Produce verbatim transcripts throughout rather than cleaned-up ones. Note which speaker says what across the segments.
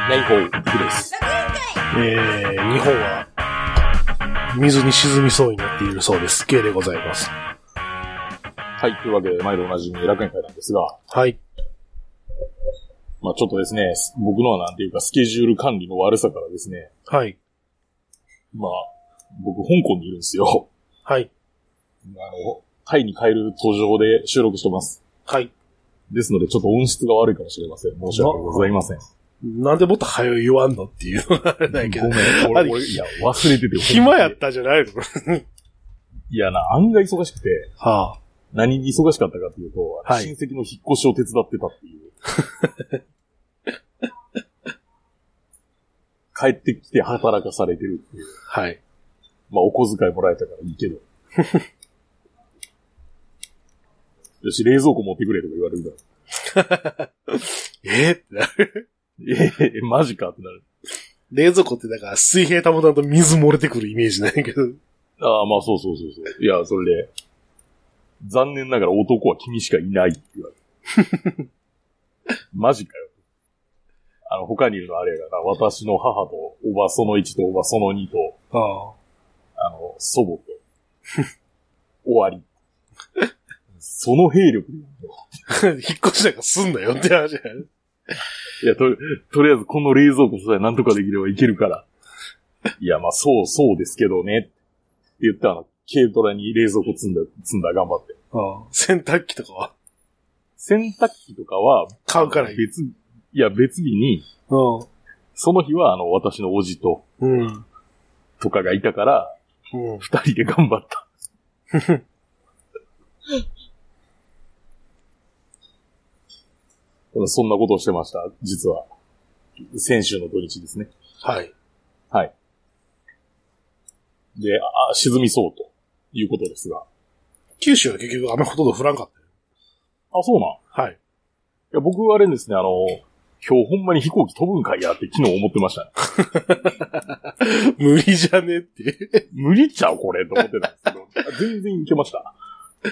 Speaker 1: 内報です。
Speaker 2: えー、日本は水に沈みそうになっているそうです。K でございます。
Speaker 1: はい、というわけで毎度おなじみ楽園会なんですが、
Speaker 2: はい。
Speaker 1: まあちょっとですね、僕のはなんていうかスケジュール管理の悪さからですね、
Speaker 2: はい。
Speaker 1: まあ僕香港にいるんですよ。
Speaker 2: はい。
Speaker 1: あのタイに帰る途上で収録してます。
Speaker 2: はい。
Speaker 1: ですのでちょっと音質が悪いかもしれません。申し訳ございません。
Speaker 2: なんでもっと早い言わんのっていうのがあれないけど。
Speaker 1: ごめん、俺、俺いや、忘れててよ。
Speaker 2: 暇やったじゃないの
Speaker 1: いやな、案外忙しくて。
Speaker 2: はあ。
Speaker 1: 何に忙しかったかというと、
Speaker 2: はい、
Speaker 1: 親戚の引っ越しを手伝ってたっていう。帰ってきて働かされてるっていう。
Speaker 2: はい。
Speaker 1: まあ、お小遣いもらえたからいいけど。よし、冷蔵庫持ってくれとか言われるから。
Speaker 2: えってなる。
Speaker 1: えー、マジかってなる。
Speaker 2: 冷蔵庫ってだから水平保たんと水漏れてくるイメージないけど。
Speaker 1: ああ、まあそうそうそうそう。いや、それで、残念ながら男は君しかいないって言われる。マジかよ。あの、他にいるのあれやからな、私の母と、おばそのいちとおばそのにと、
Speaker 2: あ
Speaker 1: あ、あの、祖母と、終わり。その兵力で
Speaker 2: 引っ越しなんかすんなよって話やね。
Speaker 1: いや、と、とりあえずこの冷蔵庫さえなんとかできればいけるから。いや、まあそう、そうですけどね。って言ってあの、軽トラに冷蔵庫積んだ、積んだ頑張って。
Speaker 2: ああ、洗濯機とかは
Speaker 1: 洗濯機とかは、
Speaker 2: 買うからいい。
Speaker 1: 別、いや別日に、
Speaker 2: うん、
Speaker 1: その日はあの、私のおじと、
Speaker 2: うん、
Speaker 1: とかがいたから、
Speaker 2: うん、
Speaker 1: 二人で頑張った。そんなことをしてました、実は。先週の土日ですね。
Speaker 2: はい。
Speaker 1: はい。で、あ、沈みそうということですが。
Speaker 2: 九州は結局雨ほとんど降らんかったよ。
Speaker 1: あ、そうなん。
Speaker 2: はい。
Speaker 1: いや、僕はあれですね、あの、今日ほんまに飛行機飛ぶんかいやって昨日思ってましたね。
Speaker 2: 無理じゃねって。
Speaker 1: 無理ちゃうこれと思ってたんですけど、全然いけました。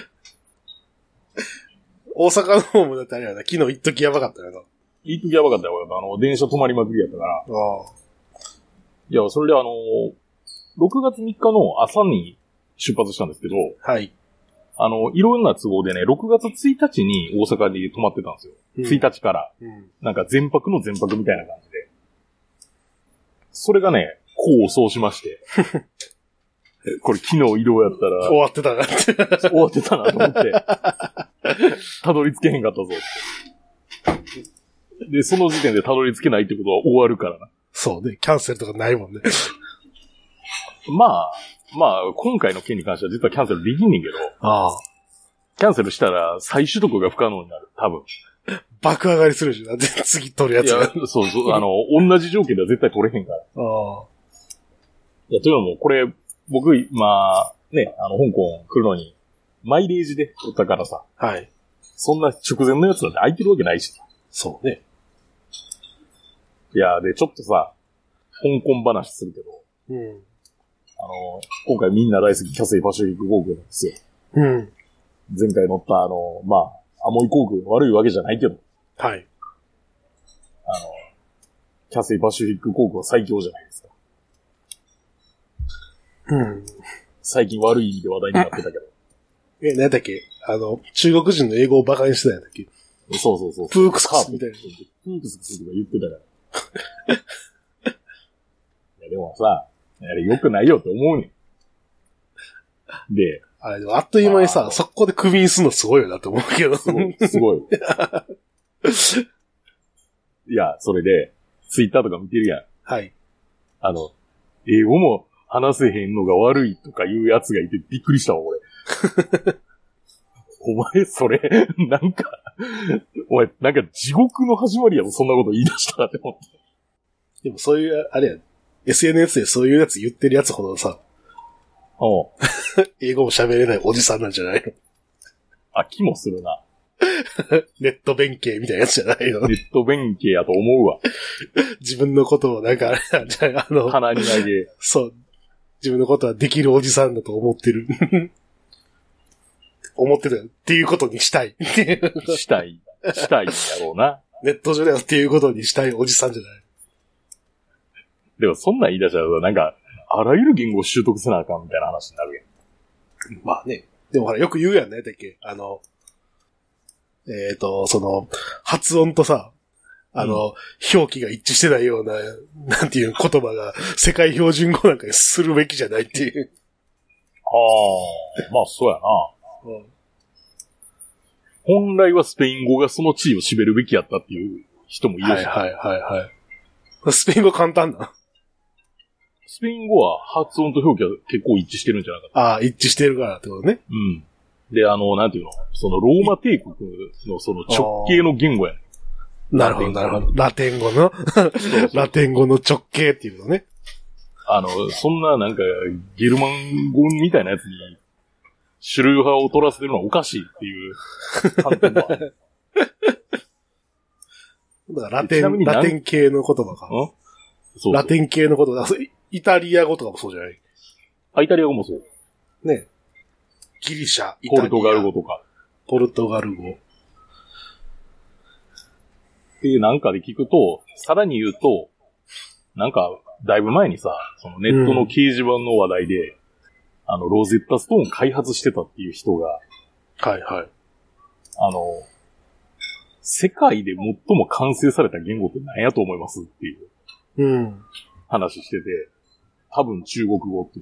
Speaker 2: 大阪の方もだってあれやな、昨日一時やばかったよな。
Speaker 1: 一時やばかったよ、あの、電車止まりまくりやったから。
Speaker 2: ああ。
Speaker 1: いや、それであの、ろくがつみっかの朝に出発したんですけど、
Speaker 2: はい。
Speaker 1: あの、いろんな都合でね、ろくがつついたちに大阪に泊まってたんですよ。うん、ついたちから。うん、なんか全泊の全泊みたいな感じで。それがね、功を奏しまして。これ昨日移動やったら。
Speaker 2: 終わってたなって。
Speaker 1: 終わってたなと思って。たどり着けへんかったぞって。で、その時点でたどり着けないってことは終わるからな。
Speaker 2: そうね。キャンセルとかないもんね。
Speaker 1: まあ、まあ、今回の件に関しては実はキャンセルできんねんけど。
Speaker 2: ああ。
Speaker 1: キャンセルしたら再取得が不可能になる。多分。
Speaker 2: 爆上がりするしな。次取るやつが。
Speaker 1: いや、そうそう。あの、同じ条件では絶対取れへんから。ああ。いや、というのも、これ、僕、まあ、ね、あの、香港来るのに、マイレージで取ったからさ。
Speaker 2: はい。そ
Speaker 1: んな直前のやつだって空いてるわけないし。
Speaker 2: そうね。
Speaker 1: いや、で、ちょっとさ、香港話するけど。
Speaker 2: うん。
Speaker 1: あの、今回みんな大好きキャセイパシフィック航空なんですよ。
Speaker 2: うん。
Speaker 1: 前回乗ったあの、まあ、アモイ航空悪いわけじゃないけど。
Speaker 2: はい。
Speaker 1: あの、キャセイパシフィック航空は最強じゃないですか。
Speaker 2: うん。
Speaker 1: 最近悪い意味で話題になってたけど。
Speaker 2: え、何だっけあの、中国人の英語をバカにしてたんだっけ
Speaker 1: そうそうそう。
Speaker 2: プークスクスみたいな。
Speaker 1: プークスクスとか言ってたから。いや、でもさ、あれ良くないよって思うねん。で、
Speaker 2: あれでもあっという間にさ、速攻でクビにするのすごいよなって思うけど。
Speaker 1: すごい。すごい。いや、それで、ツイッターとか見てるやん。
Speaker 2: はい。
Speaker 1: あの、英語も話せへんのが悪いとかいうやつがいてびっくりしたわ、俺。お前、それ、なんか、お前、なんか地獄の始まりやぞ、そんなこと言い出したらって思って。
Speaker 2: でもそういう、あれや、エスエヌエス でそういうやつ言ってるやつほどさ、
Speaker 1: おう
Speaker 2: 英語も喋れないおじさんなんじゃないの？
Speaker 1: あ、気もするな。
Speaker 2: ネット弁慶みたいなやつじゃないの？
Speaker 1: ネット弁慶やと思うわ。
Speaker 2: 自分のことをなんかあれなんじゃないあの、
Speaker 1: 鼻に投げ。
Speaker 2: そう。自分のことはできるおじさんだと思ってる。思ってるっていうことにしたい。
Speaker 1: したい。したいんやろうな。
Speaker 2: ネット上ではっていうことにしたいおじさんじゃない。
Speaker 1: でもそんなん言い出したら、なんか、あらゆる言語を習得せなあかんみたいな話になるやん。
Speaker 2: まあね。でもほら、よく言うやんね、だっけ。あの、えっと、その、発音とさ、あの、うん、表記が一致してないような、なんていう言葉が世界標準語なんかにするべきじゃないっていう。
Speaker 1: ああ、まあそうやな。うん、本来はスペイン語がその地位を占めるべきやったっていう人もいるし。
Speaker 2: はいはいはいはい。スペイン語簡単な。
Speaker 1: スペイン語は発音と表記は結構一致してるんじゃなかった。
Speaker 2: ああ、一致してるからってことね。
Speaker 1: うん。で、あの、なんていうのそのローマ帝国のその直系の言語やね。
Speaker 2: なるほど、なるほど。ラテン語のラテン語の直系っていうのね。
Speaker 1: あの、そんななんか、ゲルマン語みたいなやつに、主流派を取らせてるのはおかしいっていう観点は。
Speaker 2: だからラテン、ラテン系の言葉か。
Speaker 1: そうそう
Speaker 2: ラテン系の言葉。イタリア語とかもそうじゃない？
Speaker 1: あ、イタリア語もそう。
Speaker 2: ね。ギリシャ、
Speaker 1: イタリア。ポルトガル語とか。
Speaker 2: ポルトガル語。
Speaker 1: で、なんかで聞くと、さらに言うと、なんか、だいぶ前にさ、そのネットの掲示板の話題で、うん、あの、ロゼッタストーン開発してたっていう人が、
Speaker 2: はいはい。
Speaker 1: あの、世界で最も完成された言語って何やと思いますっていう、うん。話してて、多分中国語っていう。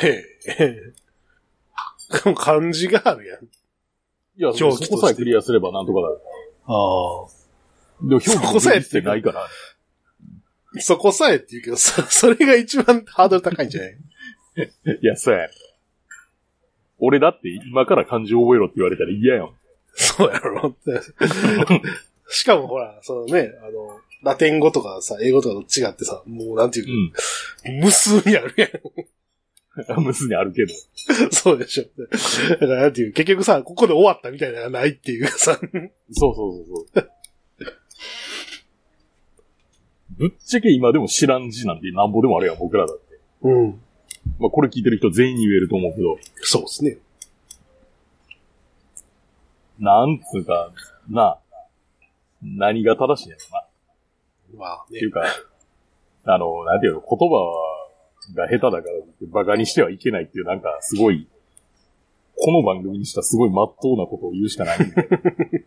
Speaker 2: へえ。漢字があるやん。
Speaker 1: いや、そこさえクリアすればなんとかなる。
Speaker 2: ああ。
Speaker 1: でも表記さえってないから。
Speaker 2: そこさえって言うけど、そ、それが一番ハードル高いんじゃない？
Speaker 1: いや、そうや。俺だって今から漢字覚えろって言われたら嫌やん。
Speaker 2: そうやろって。しかもほら、そのね、あの、ラテン語とかさ、英語とかと違ってさ、もうなんていうか、うん、無数にあるや
Speaker 1: ん。無数にあるけど。
Speaker 2: そうでしょ。だからなんていう、結局さ、ここで終わったみたいなのがないっていうさ。そう
Speaker 1: そうそうそう。ぶっちゃけ今でも知らん字なんてなんぼでもあるやん、僕らだって。うん。まあこれ聞いてる人全員に言えると思うけど。
Speaker 2: そうですね。
Speaker 1: なんつうか、な、何が正しいんやろな。
Speaker 2: まあね。
Speaker 1: っていうか、あの、なんていうの、言葉が下手だからバカにしてはいけないっていうなんかすごい、この番組にしたすごい真っ当なことを言うしかないんで。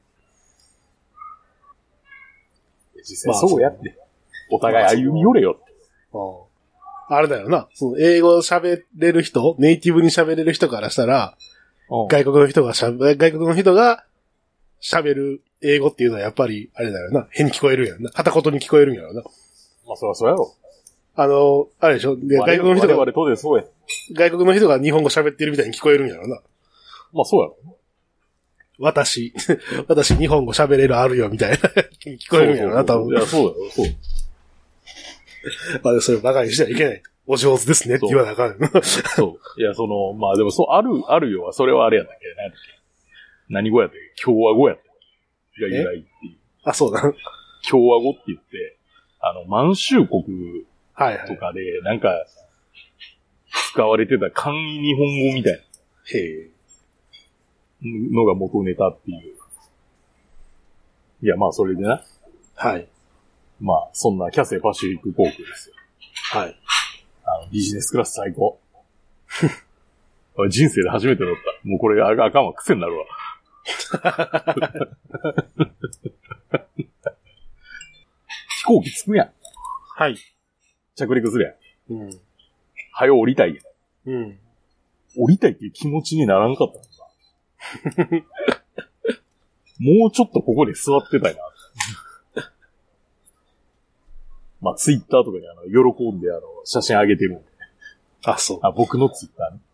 Speaker 1: 実際そうやって。お互い歩み寄れよって。
Speaker 2: あ, あれだよな。その英語喋れる人、ネイティブに喋れる人からしたら、外国の人がしゃべ、外国の人が喋る英語っていうのはやっぱり、あれだよな。変に聞こえるんやろな。片言に聞こえるんやろな。
Speaker 1: まあ、そりゃそうやろ。
Speaker 2: あの、あれでしょ。で外国の人が、
Speaker 1: 我々当然そうや。
Speaker 2: 外国の人が日本語喋ってるみたいに聞こえるんやろな。
Speaker 1: まあ、そうやろ。
Speaker 2: 私、私日本語喋れるあるよみたいな聞こえるんやろな、多分。
Speaker 1: いや、そうだよ、そう。
Speaker 2: まあ、それをバカにしてはいけない。お上手ですねって言わなあかん。
Speaker 1: そう。いや、その、まあでも、そう、ある、あるよは、それはあれやったっけ、何やったっけ。何語やったっけ、共和語やったっけ。が由来っていう。
Speaker 2: あ、そうだ。
Speaker 1: 共和語って言って、あの、満州国とかで、なんか、使われてた簡易日本語みたいな。へえ。のが元ネタっていう。いや、まあ、それでな。
Speaker 2: はい。
Speaker 1: まあ、そんなキャセイパシフィック航空ですよ。
Speaker 2: はい。
Speaker 1: あの、ビジネスクラス最高。人生で初めて乗った。もうこれあかんわ、癖になるわ。飛行機着くやん。
Speaker 2: はい。
Speaker 1: 着陸するや
Speaker 2: ん。うん。
Speaker 1: はよ降りたいや
Speaker 2: ん。うん。
Speaker 1: 降りたいっていう気持ちにならんかったんだ。もうちょっとここで座ってたいな。まあ、ツイッターとかにあの、喜んであの、写真上げてるんで。
Speaker 2: あ、そう。
Speaker 1: あ、僕のツイッターね。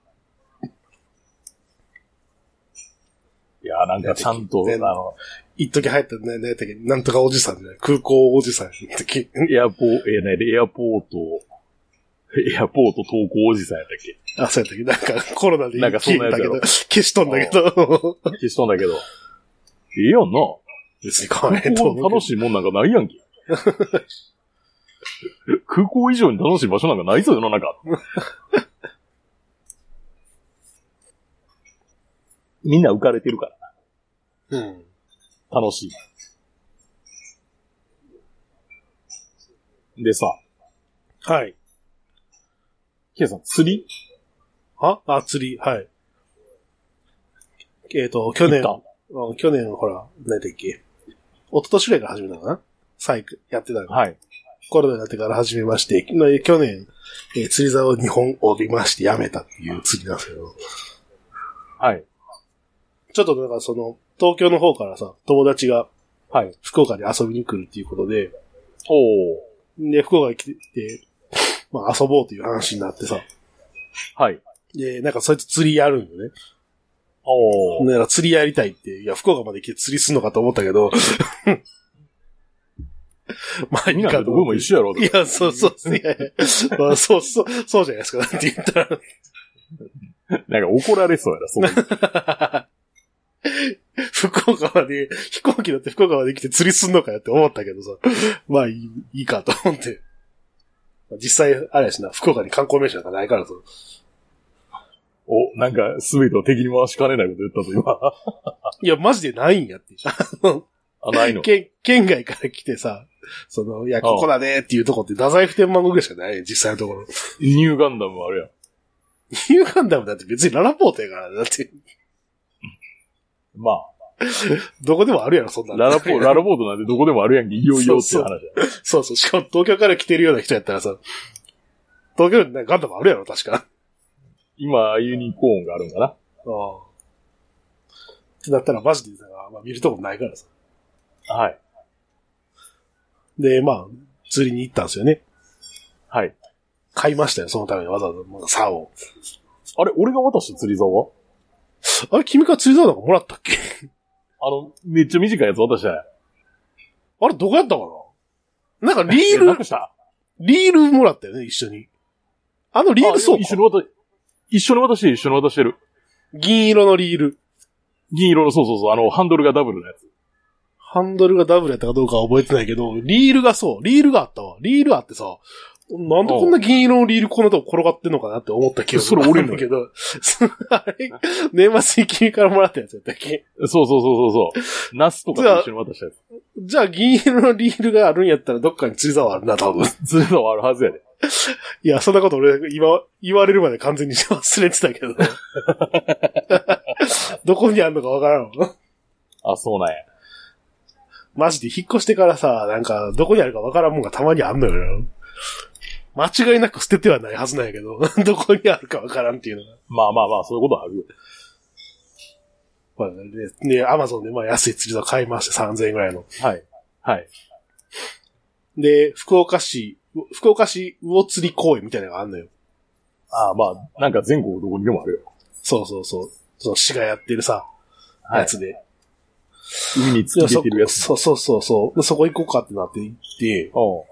Speaker 1: いや、なんかちゃんと、あの、
Speaker 2: 一時流行ったね、ね、なんとかおじさんじゃない、空港おじさんの時。
Speaker 1: エアポー、えー、ね、エアポート、エアポート投稿おじさんやったっけ。
Speaker 2: あ、そうやったっけ。なんかコロナで
Speaker 1: なんかそんなやつやろ。
Speaker 2: 消しとんだけど。
Speaker 1: 消しとんだけど。ええやんな。
Speaker 2: 別に買わへんと思う。
Speaker 1: 楽しいもんなんかないやんけ。空港以上に楽しい場所なんかないぞ、世の中。みんな浮かれてるからな。
Speaker 2: うん。
Speaker 1: 楽しい。でさ。
Speaker 2: はい。
Speaker 1: ケイさん、釣り
Speaker 2: ああ、釣り、はい。えっ、ー、と、去年、うん、去年、ほら、何だっけ。一昨年ぐらいから始めたのかなサイクやってたの。
Speaker 1: はい。
Speaker 2: コロナになってから始めまして、去年、えー、釣り竿をにほん折りましてやめたっていう釣りなんですけど。
Speaker 1: はい。
Speaker 2: ちょっとなんかその、東京の方からさ、友達が、
Speaker 1: はい。
Speaker 2: 福岡に遊びに来るっていうことで、
Speaker 1: お
Speaker 2: ー。で、福岡に来て、まあ遊ぼうという話になってさ。
Speaker 1: はい。
Speaker 2: で、なんかそいつ釣りやるんよね。
Speaker 1: おー。
Speaker 2: なんか釣りやりたいって、いや、福岡まで来て釣りすんのかと思ったけど、まあ、いいかと。
Speaker 1: 僕も一緒やろ。
Speaker 2: いや、そうそう、いやいや、まあ、そう、そう、そうじゃないですか、なんて言ったら。
Speaker 1: なんか怒られそうやな、そう
Speaker 2: 福岡まで、飛行機だって福岡まで来て釣りすんのかよって思ったけどさ、まあいい、いいかと思って。実際、あれやしな、福岡に観光名所なんかないからさ。
Speaker 1: お、なんか、すべてを敵に回しかねないこと言ったと今。
Speaker 2: いや、マジでないんやって。
Speaker 1: あ、ないの
Speaker 2: 県、県外から来てさ、その、いや、ここだねっていうとこって、太宰府天満宮ぐらいしかない実際のところ。
Speaker 1: ニューガンダムあるやん。
Speaker 2: ニューガンダムだって別にララポートやからだって。
Speaker 1: まあ。
Speaker 2: どこでもあるやろ、そんな。
Speaker 1: ララポート、ララポートなんてどこでもあるやんけ、いよいよっていう話
Speaker 2: だ。そうそう、しかも東京から来てるような人やったらさ、東京にガンダムあるやろ、確か。
Speaker 1: 今、ユニコーンがあるんかな。あ
Speaker 2: あ。ってなったらマジで、まあ、見るとこないからさ。
Speaker 1: はい。
Speaker 2: で、まあ、釣りに行ったんですよね。
Speaker 1: はい。
Speaker 2: 買いましたよ、そのためにわざわざ、まあ、竿を。
Speaker 1: あれ、俺が渡した釣り竿は
Speaker 2: あれ、君から釣り竿なんかもらったっけ
Speaker 1: あの、めっちゃ短いやつ渡したや
Speaker 2: あれ、どこやったかななんかリール、
Speaker 1: なくした
Speaker 2: リールもらったよね、一緒に。あのリールそうか
Speaker 1: 一緒に渡、一緒に渡してる、一緒に渡してる。
Speaker 2: 銀色のリール。
Speaker 1: 銀色の、そうそうそう、あの、ハンドルがダブルのやつ。
Speaker 2: ハンドルがダブルやったかどうかは覚えてないけど、リールがそう、リールがあったわ。リールあってさ、なんでこんな銀色のリールこんなとこ転がってんのかなって思ったけど。
Speaker 1: それ俺んだ
Speaker 2: けど、あれ、年末に君からもらったやつやったっけ
Speaker 1: そうそうそうそうそう。ナスとかと一緒に渡したやつ。
Speaker 2: じゃあ銀色のリールがあるんやったらどっかに釣り竿あるな、多分。
Speaker 1: 釣り竿あるはずやで。
Speaker 2: いや、そんなこと俺、今、言われるまで完全に忘れてたけど。どこにあるのかわからんわ。
Speaker 1: あ、そうなんや。
Speaker 2: マジで引っ越してからさ、なんか、どこにあるかわからんもんがたまにあんのよな。間違いなく捨ててはないはずなんやけど、どこにあるかわからんっていうのが。
Speaker 1: まあまあまあ、そういうことあるよ。
Speaker 2: まあね、ね、アマゾンでまあ安い釣り竿買いましてさんぜんえんぐらいの。
Speaker 1: はい。はい。
Speaker 2: で、福岡市、福岡市魚釣り公園みたいなのがあんのよ。
Speaker 1: ああ、まあ、なんか全国どこにでもあるよ。
Speaker 2: そうそうそう。その市がやってるさ、はい、やつで。
Speaker 1: 海に突き出てるやつ。
Speaker 2: そうそうそうそう。そこ行こうかってなって行って、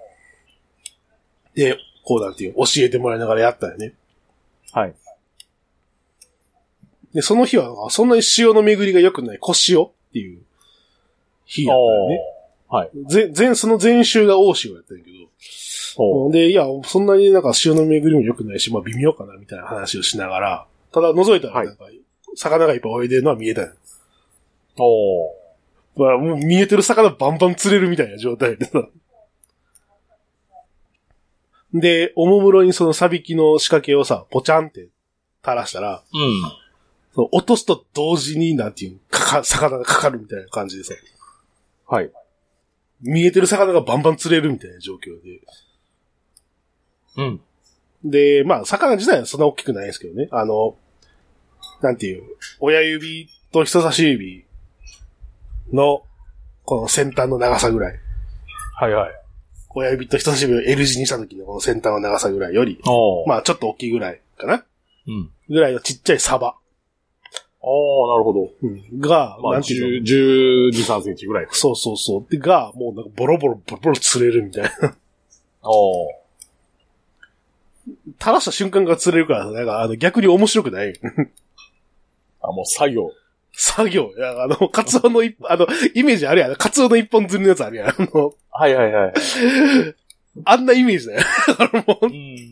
Speaker 2: で、こうなんていう、教えてもらいながらやったよね。
Speaker 1: はい。
Speaker 2: で、その日は、そんなに潮の巡りが良くない小潮っていう日やったよね。
Speaker 1: はい。
Speaker 2: ぜ、前、その前週が大潮やったんやけど。で、いや、そんなになんか潮の巡りも良くないし、まあ微妙かなみたいな話をしながら、ただ覗いたらなんか、魚がいっぱい泳いでるのは見えたよ。
Speaker 1: おー。
Speaker 2: まあ、もう見えてる魚バンバン釣れるみたいな状態でさ。で、おもむろにそのサビキの仕掛けをさ、ポチャンって垂らしたら、
Speaker 1: うん。
Speaker 2: その落とすと同時になんていうかか、魚がかかるみたいな感じでさ。
Speaker 1: はい。
Speaker 2: 見えてる魚がバンバン釣れるみたいな状況で。
Speaker 1: うん。
Speaker 2: で、まあ、魚自体はそんな大きくないんですけどね。あの、なんていう、親指と人差し指の、この先端の長さぐらい。
Speaker 1: はいはい。
Speaker 2: 親指と人差し指を L 字にした時のこの先端の長さぐらいより、まあちょっと大きいぐらいかな。
Speaker 1: うん。
Speaker 2: ぐらいのちっちゃいサバ。
Speaker 1: ああ、なるほど。
Speaker 2: うん。が、
Speaker 1: まあ、
Speaker 2: なんていうの、
Speaker 1: じゅうに、さんセンチぐらい。
Speaker 2: そうそうそう。で、が、もうなんかボロボロボロボロ釣れるみたいな。ああ。垂らした瞬間が釣れるから、なんかあの逆に面白くない。
Speaker 1: あ、もう作業。
Speaker 2: 作業。いや、あの、カツオの一、あの、イメージあるやん。カツオの一本釣りのやつあるやん。あの、
Speaker 1: はいはいはい。
Speaker 2: あんなイメージだよ。あのもう、
Speaker 1: うん、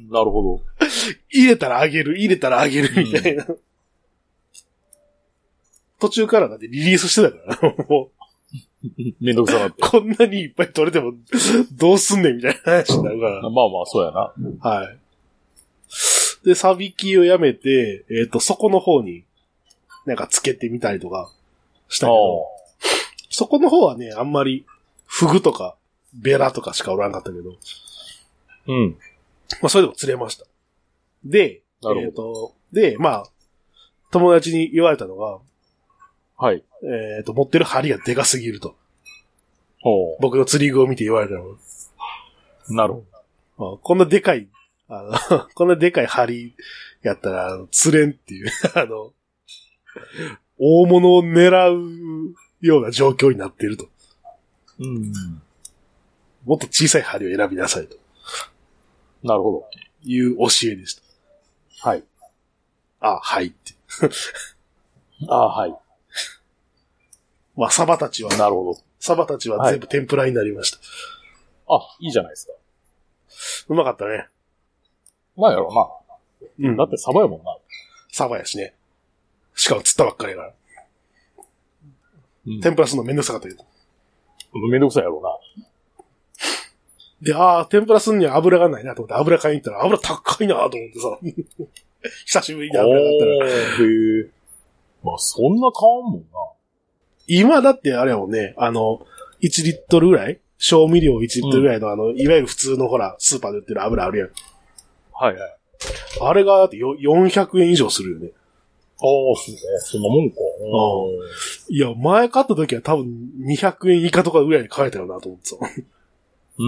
Speaker 1: なるほど。
Speaker 2: 入れたらあげる、入れたらあげるみたいな。うん、途中からだってリリースしてたから、もう。
Speaker 1: めんどくさなって。
Speaker 2: こんなにいっぱい取れても、どうすんねんみたいな話になるから。
Speaker 1: まあまあ、そうやな。
Speaker 2: はい。で、サビキをやめて、えっと、そこの方に、なんかつけてみたりとかしたけど、そこの方はね、あんまり、フグとか、ベラとかしかおらんかったけど、
Speaker 1: うん。
Speaker 2: まあ、それでも釣れました。で、えっと、で、まあ、友達に言われたのが、
Speaker 1: はい。
Speaker 2: えっと、持ってる針がでかすぎると。
Speaker 1: ほう。
Speaker 2: 僕の釣り具を見て言われたのが。
Speaker 1: なるほ
Speaker 2: ど。こんなでかい、あの、こんなでかい針やったら、あの釣れんっていう、あの、大物を狙うような状況になっていると。
Speaker 1: うん。
Speaker 2: もっと小さい針を選びなさいと。
Speaker 1: なるほど。
Speaker 2: いう教えでした。
Speaker 1: はい。
Speaker 2: あ、はいって。
Speaker 1: あ、はい。
Speaker 2: まあ、サバたちは、
Speaker 1: なるほど。
Speaker 2: サバたちは全部天ぷらになりました。
Speaker 1: はい、あ、いいじゃないですか。
Speaker 2: うまかったね。
Speaker 1: まあやろうな。うん。だってサバやもんな。
Speaker 2: サバやしね。しかも釣ったばっかりやから。
Speaker 1: うん、
Speaker 2: 天ぷらするのめんどくさかったけど。
Speaker 1: めんどくさいやろうな。
Speaker 2: で、ああ、天ぷらすんには油がないなと思って油買いに行ったら油高いなと思ってさ。久しぶりに油買ったら。
Speaker 1: へえ。まあそんな変わんもんな。
Speaker 2: 今だってあれやもんね、あの、いちリットルぐらい調味料いちリットルぐらいの、うん、あの、いわゆる普通のほら、スーパーで売ってる油あるやん。
Speaker 1: はいはい。
Speaker 2: あれがだってよよんひゃくえん以上するよね。
Speaker 1: ああ、そうね。そんなもんか。
Speaker 2: いや、前買った時は多分にひゃくえん以下とかぐらいで買えたよなと思ってさ。
Speaker 1: うん。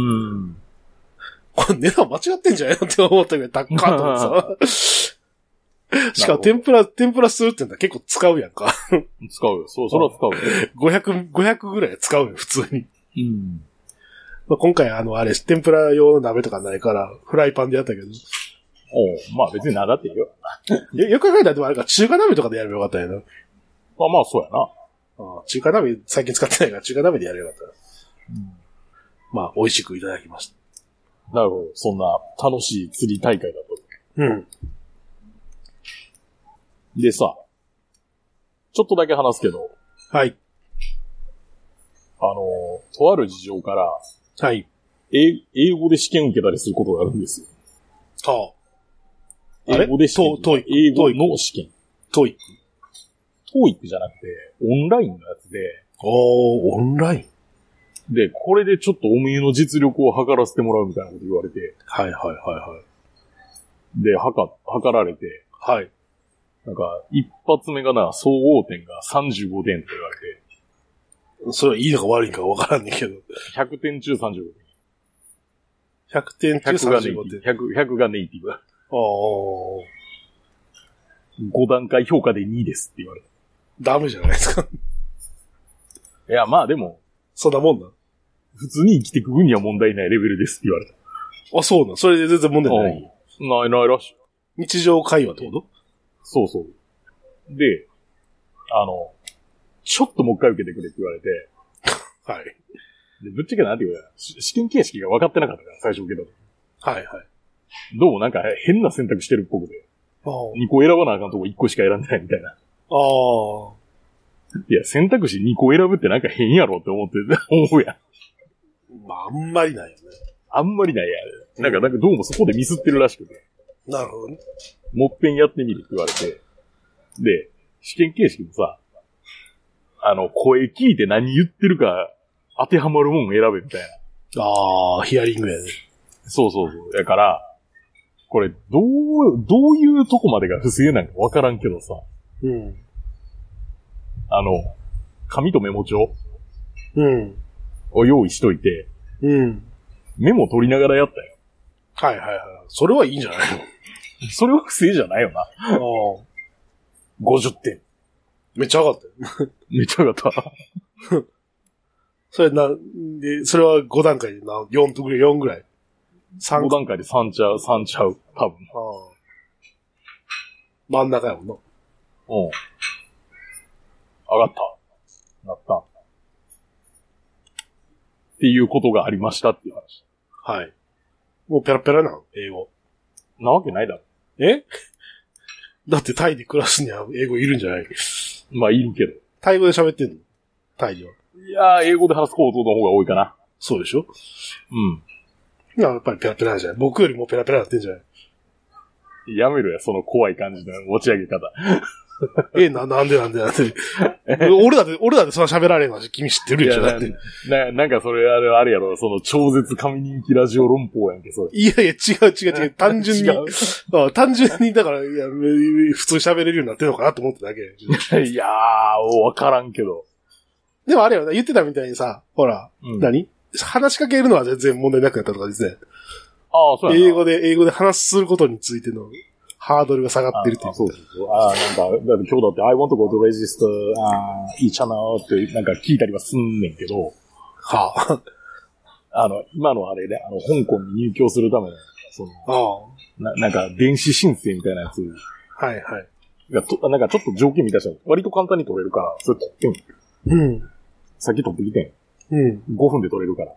Speaker 2: これ値段間違ってんじゃないのって思ったけど、高っかと思ってさ。しかも天ぷら、天ぷらするって言ったら結構使うやんか。
Speaker 1: 使うよ。そう、それは使うよ。
Speaker 2: ごひゃく、ごひゃくぐらい使うよ、普通に。
Speaker 1: うん。
Speaker 2: まあ、今回あの、あれ、天ぷら用の鍋とかないから、フライパンでやったけど。
Speaker 1: おう、まあ別になんだっていいよ。
Speaker 2: よ、よく考えたらでもあれか、中華鍋とかでやればよかったんやな。
Speaker 1: まあまあそうやな。
Speaker 2: ああ、中華鍋最近使ってないから中華鍋でやればよかった。うん、まあ、美味しくいただきました。
Speaker 1: なるほど。そんな楽しい釣り大会だと。
Speaker 2: うん。
Speaker 1: でさ、ちょっとだけ話すけど。
Speaker 2: はい。
Speaker 1: あの、とある事情から、
Speaker 2: はい。
Speaker 1: 英、英語で試験受けたりすることがあるんですよ。
Speaker 2: はあ。
Speaker 1: 英語で試験。
Speaker 2: トイック。
Speaker 1: 英語の試験。
Speaker 2: トイック。
Speaker 1: トイックじゃなくて、オンラインのやつで。
Speaker 2: おー、オンライ
Speaker 1: ンで、これでちょっとおめえの実力を測らせてもらうみたいなこと言われて。
Speaker 2: はいはいはいはい。
Speaker 1: で、測、測られて。
Speaker 2: はい。
Speaker 1: なんか、一発目がな、総合点がさんじゅうごてんって言われて。
Speaker 2: それはいいのか悪いのかわからんねんけど。
Speaker 1: ひゃくてん中さんじゅうごてん。
Speaker 2: ひゃくてん中さんじゅうごてん。
Speaker 1: ひゃく、ひゃくがネイティブ。ああ。ご段階評価でにですって言われた。
Speaker 2: ダメじゃないですか。
Speaker 1: いや、まあでも。
Speaker 2: そんなもんだ。
Speaker 1: 普通に生きていく分には問題ないレベルですって言われた。
Speaker 2: あ、そうな。それで全然問題ない。
Speaker 1: ないないらしい。
Speaker 2: 日常会話ってこと？
Speaker 1: そうそう。で、あの、ちょっともう一回受けてくれって言われて。
Speaker 2: はい。
Speaker 1: で、ぶっちゃけなんて言うか、試験形式が分かってなかったから、最初受けた時。
Speaker 2: はいはい。
Speaker 1: どうもなんか変な選択してるっぽくて。にこ選ばなあかんとこいっこしか選んでないみたいな。あ
Speaker 2: あ。
Speaker 1: いや、選択肢にこ選ぶってなんか変やろって思って、思うやん。
Speaker 2: まあ、あんまりないよね。
Speaker 1: あんまりないや。なんか、なんかどうもそこでミスってるらしくて。
Speaker 2: なるほどね。
Speaker 1: もっぺんやってみるって言われて。で、試験形式もさ、あの、声聞いて何言ってるか当てはまるもん選べみたい
Speaker 2: な。ああ、ヒアリングやね。
Speaker 1: そうそうそう。だから、これ、どう、どういうとこまでが不正なんかわからんけどさ。
Speaker 2: うん。
Speaker 1: あの、紙とメモ帳
Speaker 2: うん。
Speaker 1: を用意しといて。
Speaker 2: うん。
Speaker 1: メモ取りながらやったよ。
Speaker 2: はいはいはい。それはいいんじゃないの？
Speaker 1: それは不正じゃないよな。ああ。ごじゅってん。
Speaker 2: めっちゃ上がったよ。
Speaker 1: めっちゃ上がった。
Speaker 2: それな、で、それはご段階でな、よんとぐらい、よんぐらい。
Speaker 1: さんご段階でさんちゃう、さんちゃう、多分。ああ。
Speaker 2: 真ん中やもんな。
Speaker 1: うん。上がった。なった。っていうことがありましたっていう話。
Speaker 2: はい。もうペラペラなの英語。
Speaker 1: なわけないだろ。
Speaker 2: えだってタイで暮らすには英語いるんじゃない？
Speaker 1: まあいるけど。
Speaker 2: タイ語で喋ってんのタイでは。
Speaker 1: いやー、英語で話すことの方が多いかな。
Speaker 2: そうでしょ？
Speaker 1: うん。
Speaker 2: いや、やっぱりペラペラなんじゃない？僕よりもペラペラなってんじゃない？
Speaker 1: やめろや、その怖い感じの持ち上げ方。
Speaker 2: え、な、なんでなんでなんで。俺だって、俺だってそんな喋られんのは君知ってるでしょ、だって。
Speaker 1: な、なんかそれあれ、あれやろ、その超絶神人気ラジオ論法やんけ、それ。
Speaker 2: いやいや、違う違う違う。単純に。違うあ単純に、だから、いや、普通喋れるようになってるのかなと思っただけ。
Speaker 1: いやー、わからんけど。
Speaker 2: でもあれよな、言ってたみたいにさ、ほら、うん、何話しかけるのは全然問題なくなったとかですね。
Speaker 1: ああ、そうやな。
Speaker 2: 英語で、英語で話することについてのハードルが下がってるっていう。あ
Speaker 1: そうそうそう。ああ、なんか、だって今日だって I want to go to register, uh, each channel ってなんか聞いたりはすんねんけど。
Speaker 2: はあ。
Speaker 1: あの、今のあれね、あの、香港に入居するための、その、ああな、なんか電子申請みたいなやつ。
Speaker 2: はいはい。
Speaker 1: がとなんかちょっと条件満たしたら割と簡単に取れるから、それ取ってん。うん。さっき取ってきてん。うん。ごふんで取れるから。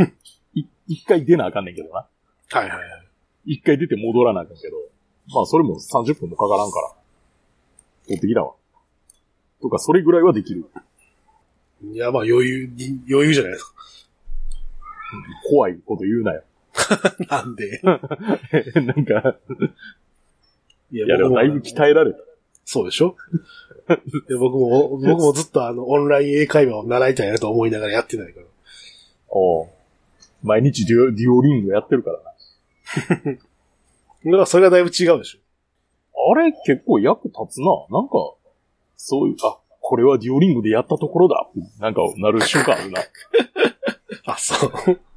Speaker 1: い、一回出なあかんねんけどな。
Speaker 2: はいはいはい。
Speaker 1: 一回出て戻らなあかんけど。まあそれもさんじゅっぷんもかからんから。取ってきたわ。とか、それぐらいはできる。
Speaker 2: いや、まあ余裕、余裕じゃないですか。
Speaker 1: 怖いこと言うなよ。
Speaker 2: なんで
Speaker 1: なんかいや、いやでもだいぶ鍛えられた。
Speaker 2: そうでしょいや僕も、僕もずっとあの、オンライン英会話を習いたいなと思いながらやってないから。
Speaker 1: おう毎日デュオ、デュオリングやってるからな。
Speaker 2: だからそれがだいぶ違うでしょ。
Speaker 1: あれ結構役立つな。なんか、そういう、あ、これはデュオリングでやったところだって、なんかなる瞬間あるな。
Speaker 2: あ、そう。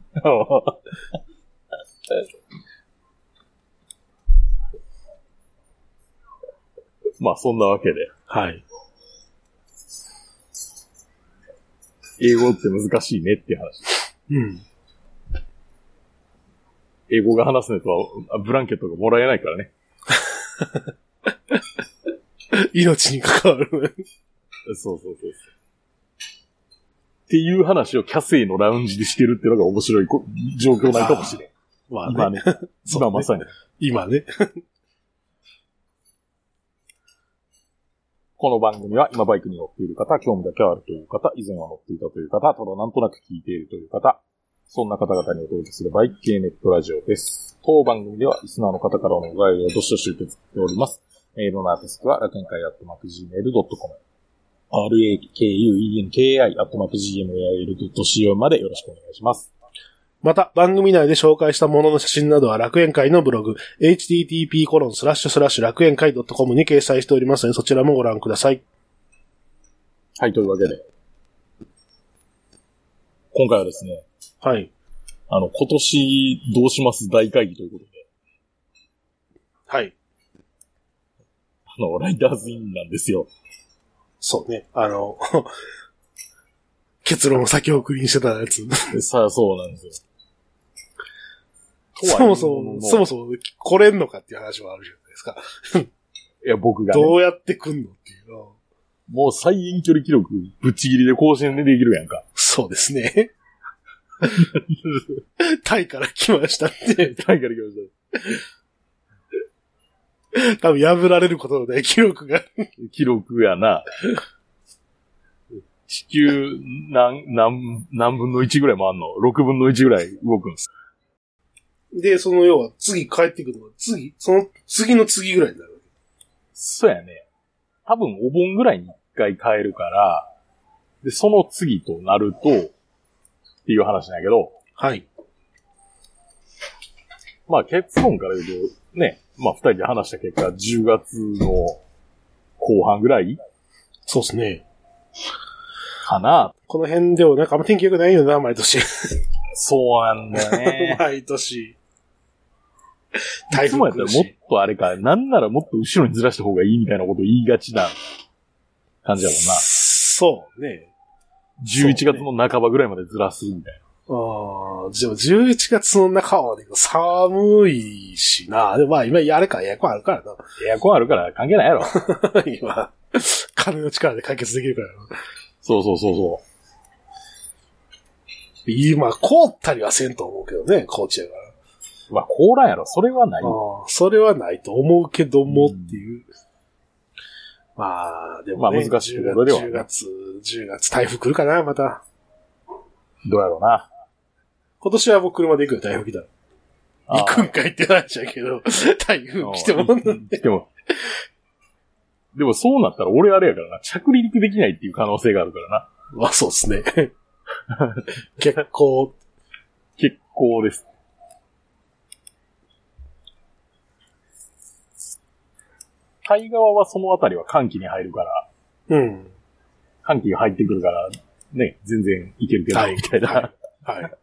Speaker 1: まあそんなわけで。
Speaker 2: はい。
Speaker 1: 英語って難しいねっていう話。うん。英語が話すのとはブランケットがもらえないからね。
Speaker 2: 命に関わる。
Speaker 1: そうそうそう。っていう話をキャセイのラウンジでしてるっていうのが面白い状況ないかもしれん。
Speaker 2: まあね、
Speaker 1: 今ね。今まさに。
Speaker 2: 今ね。
Speaker 1: この番組は今バイクに乗っている方、興味だけあるという方、以前は乗っていたという方、ただなんとなく聞いているという方、そんな方々にお届けするバイク系ネットラジオです。当番組ではリスナーの方からのお題をどしどし受け付けております。メールのアドレスは楽園会アットマーク ジーメールドットコム、ラクエンカイ アットマーク ジーメールドットコム までよろしくお願いします。
Speaker 2: また、番組内で紹介したものの写真などは楽園会のブログ、エイチティーティーピーコロンスラッシュスラッシュ楽園会ドットコム に掲載しておりますので、そちらもご覧ください。
Speaker 1: はい、というわけで。今回はですね。
Speaker 2: はい。
Speaker 1: あの、今年どうします大会議ということで。
Speaker 2: はい。
Speaker 1: あの、ライダーズインなんですよ。
Speaker 2: そうね。あの、結論を先送りにしてたやつ。
Speaker 1: さあ、そうなんですよ。
Speaker 2: そもそも、そもそも来れんのかっていう話はあるじゃないですか。
Speaker 1: いや、僕が、ね。
Speaker 2: どうやって来んのっていうの。
Speaker 1: もう最遠距離記録ぶっちぎりで更新でできるやんか。
Speaker 2: そうですね。タイから来ましたって。
Speaker 1: タイから来ま
Speaker 2: した。多分破られることのない記録が。
Speaker 1: 記録やな。地球何、何、何分のいちぐらい回んの ?ろく 分のいちぐらい動くんです。
Speaker 2: で、その要は次帰ってくるのは次、その次の次ぐらいになるわけ。
Speaker 1: そうやね。多分お盆ぐらいに一回帰るから、で、その次となると、っていう話なんやけど。
Speaker 2: はい。
Speaker 1: まあ結論から言うと、ね、まあ二人で話した結果、じゅうがつの後半ぐらい
Speaker 2: そうですね。
Speaker 1: かな。
Speaker 2: この辺ではなんかあんま天気良くないよな、毎年。
Speaker 1: そうなんだよね。
Speaker 2: 毎年。
Speaker 1: いつもやったらもっとあれか、なんならもっと後ろにずらした方がいいみたいなこと言いがちな感じだもんな。
Speaker 2: そうね。
Speaker 1: じゅういちがつの半ばぐらいまでずらすみたいな。
Speaker 2: ああ、でもじゅういちがつの半ばで寒いしな。でもまあ今あれか、エアコンあるからな。
Speaker 1: エアコンあるから関係ないやろ。
Speaker 2: 今、金の力で解決できるからな。
Speaker 1: そうそうそうそう。
Speaker 2: 今、凍ったりはせんと思うけどね、高知やから。
Speaker 1: まあ、凍らんやろ。それはない。
Speaker 2: ああ、それはないと思うけどもっていう。 まあ、でもね。
Speaker 1: まあ難しいところでは、ね。
Speaker 2: じゅうがつ、じゅうがつ台風来るかな、また。
Speaker 1: どうやろうな。
Speaker 2: 今年は僕車で行くよ、台風来たら。行くんかいって話だけど、台風来ても。
Speaker 1: 来ても。でもそうなったら俺あれやからな、着陸できないっていう可能性があるからな。
Speaker 2: まあそうですね。結構。
Speaker 1: 結構です。タイ側はそのあたりは寒気に入るから。
Speaker 2: うん。
Speaker 1: 寒気が入ってくるから、ね、全然いけるけど、みたいな。はい。はいはい、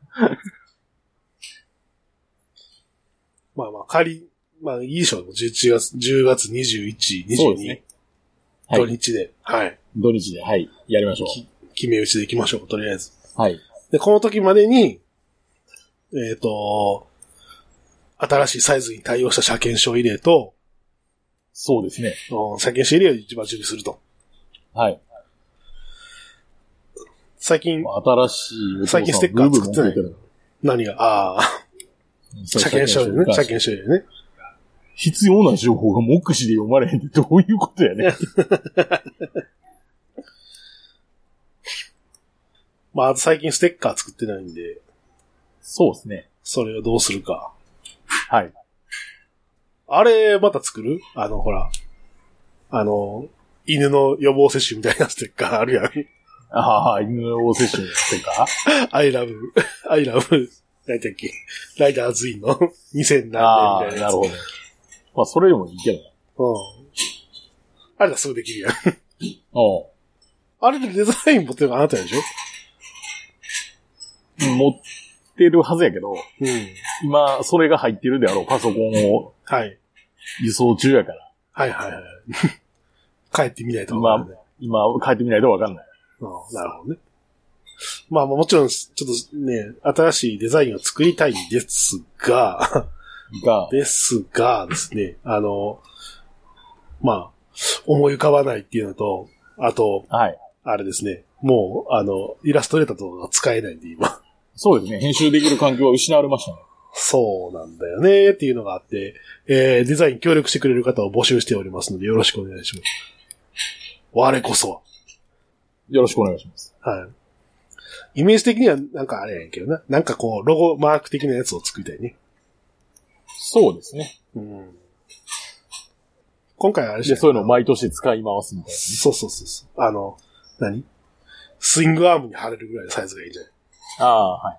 Speaker 2: まあまあ、仮、まあいいでしょう。じゅういちがつ、じゅうがつにじゅういち、にじゅうに。ね、はい、土日で。はい。
Speaker 1: 土日で、はい。やりましょう。
Speaker 2: 決め打ちで行きましょう、とりあえず。
Speaker 1: はい。
Speaker 2: で、この時までに、えっと、新しいサイズに対応した車検証入れと、
Speaker 1: そうですね。
Speaker 2: 車検証入れを一番準備すると。
Speaker 1: はい。
Speaker 2: 最近、
Speaker 1: 新しい、
Speaker 2: 最近ステッカー作ってない。何が、ああ、車検証入れね。車検証入れね。
Speaker 1: 必要な情報が目視で読まれへんってどういうことやね。
Speaker 2: まあ、最近ステッカー作ってないんで。
Speaker 1: そうですね。
Speaker 2: それをどうするか。
Speaker 1: はい。
Speaker 2: あれ、また作る？あの、ほら。あの、犬の予防接種みたいなステッカーあるやん。
Speaker 1: ああ、犬の予防接種のステッカー
Speaker 2: ？I love, I love, 何だっけ？ライダーズインのにせん何年みたいなやつ。
Speaker 1: なるほど。まあ、それでもいいけど。
Speaker 2: うん。あれだ、すぐできるやん。
Speaker 1: おう。
Speaker 2: あれでデザイン持ってるのあなたでしょ？
Speaker 1: 持ってるはずやけど、
Speaker 2: うん、
Speaker 1: 今、それが入ってるであろうパソコンを、はい。輸送中やから。
Speaker 2: はいはいはい。帰ってみないと
Speaker 1: わかんない。今、今、帰ってみないとわかんない。
Speaker 2: ああ、なるほどね。まあもちろん、ちょっとね、新しいデザインを作りたいんですが、が、ですがですね、あの、まあ、思い浮かばないっていうのと、あと、はい。あれですね、もう、あの、イラストレーターとかが使えないんで今。そうですね、編集できる環境は失われましたね。そうなんだよね、っていうのがあって、えー、デザイン協力してくれる方を募集しておりますので、よろしくお願いします。我こそは。よろしくお願いします。はい。イメージ的にはなんかあれやんけどな。なんかこう、ロゴマーク的なやつを作りたいね。そうですね。うん。今回はあれじゃん。で、そういうのを毎年使い回すみたいな、ね。そうそうそうそう。あの、何？スイングアームに貼れるぐらいのサイズがいいんじゃない？ああ、はい。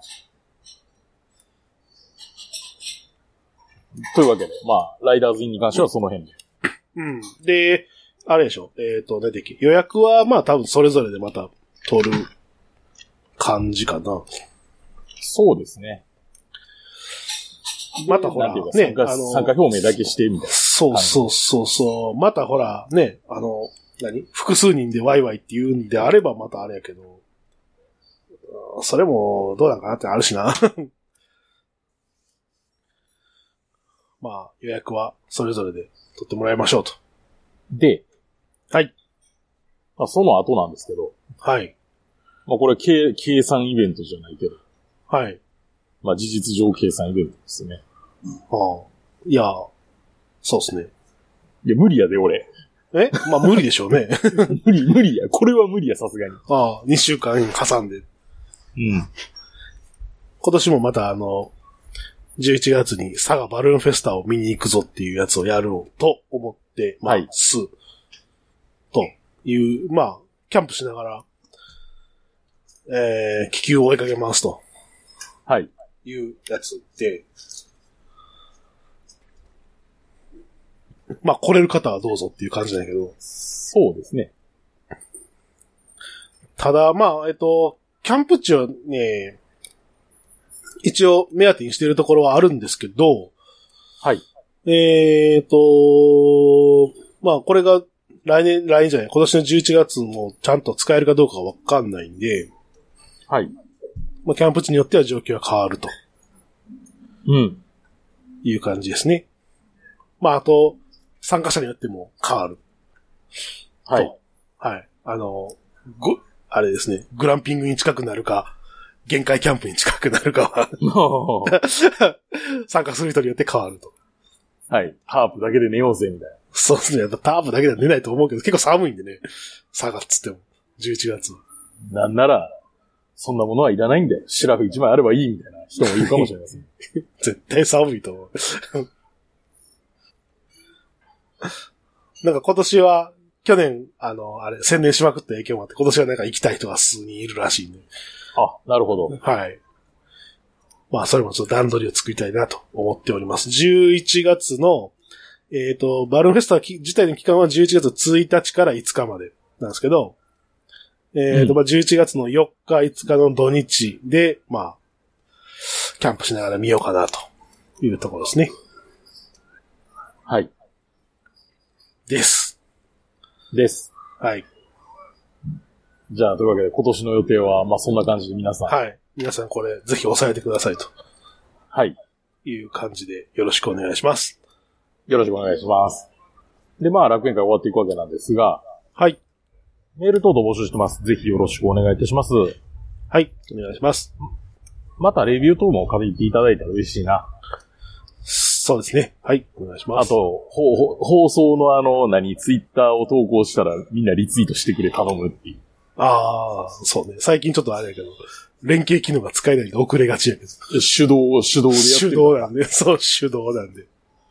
Speaker 2: というわけで、まあ、ライダーズインに関してはその辺で。うん。で、あれでしょ。えっと、何だっけ。予約はまあ多分それぞれでまた取る感じかな。そうですね。またほら、ね、あの、参加表明だけしてみたいな。そうそうそうそう。またほら、ね、あの、何？複数人でワイワイっていうんであればまたあれやけど、それもどうなんかなってあるしな。まあ、予約はそれぞれで取ってもらいましょうと。で、はい。まあ、その後なんですけど。はい。まあ、これは計、計算イベントじゃないけど。はい。まあ、事実上計算イベントですね。ああ。いや、そうですね。いや、無理やで、俺。え？まあ、無理でしょうね。無理、無理や。これは無理や、さすがに。ああ、にしゅうかん挟んで。うん。今年もまたあの、じゅういちがつに佐賀バルーンフェスタを見に行くぞっていうやつをやろうと思ってます。はい。という、まあ、キャンプしながら、えー、気球を追いかけますと。はい。いうやつで、まあ、来れる方はどうぞっていう感じだけど。そうですね。ただ、まあ、えっと、キャンプ地はね、一応目当てにしているところはあるんですけど、はい。えっと、まあ、これが来年、来年じゃない、今年のじゅういちがつもちゃんと使えるかどうかわかんないんで、はい。まあ、キャンプ地によっては状況が変わると。うん。いう感じですね。まあ、あと、参加者によっても変わる。はい。はい。あの、ご、あれですね、グランピングに近くなるか、限界キャンプに近くなるかは、参加する人によって変わると。はい。ハープだけで寝ようぜ、みたいな。 そうですね。やっぱタープだけでは出ないと思うけど、結構寒いんでね。さがっつっても。じゅういちがつは。
Speaker 1: なんなら、そんなものはいらないんだよ。シラフ一枚あればいいみたいな人もいるかもしれません。
Speaker 2: 絶対寒いと思う。なんか今年は、去年、あの、あれ、宣伝しまくった影響もあって、今年はなんか行きたい人が数人いるらしいんで。
Speaker 1: あ、なるほど。
Speaker 2: はい。まあ、それもちょっと段取りを作りたいなと思っております。じゅういちがつの、えっと、バルーンフェスタ自体の期間はじゅういちがつついたちからいつかまでなんですけど、えっと、まあ、じゅういちがつのよっか、いつかの土日で、まあ、キャンプしながら見ようかなというところですね。
Speaker 1: はい。
Speaker 2: です。
Speaker 1: です。
Speaker 2: はい。
Speaker 1: じゃあ、というわけで今年の予定は、まあそんな感じで皆さん。
Speaker 2: はい。皆さんこれ、ぜひ押さえてくださいと。
Speaker 1: はい。
Speaker 2: いう感じでよろしくお願いします。
Speaker 1: よろしくお願いします。で、まあ楽園会終わっていくわけなんですが。
Speaker 2: はい。
Speaker 1: メール等々募集してます。ぜひよろしくお願いいたします。
Speaker 2: はい。お願いします。
Speaker 1: またレビュー等も書いていただいたら嬉しいな。
Speaker 2: そうですね。はい。お願いします。
Speaker 1: あと、ほほ放送のあの、何、ツイッターを投稿したらみんなリツイートしてくれ頼むっていう。
Speaker 2: ああ、そうね。最近ちょっとあれやけど、連携機能が使えないんで遅れがちやけど。
Speaker 1: 手動、手動でやってる。
Speaker 2: 手動なんで、そう、手動なんで。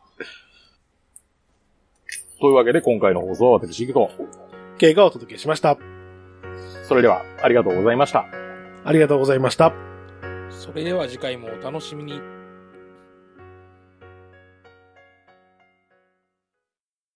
Speaker 1: というわけで今回の放送は私、と、
Speaker 2: K がお届けしました。
Speaker 1: それでは、ありがとうございました。
Speaker 2: ありがとうございました。
Speaker 3: それでは次回もお楽しみに。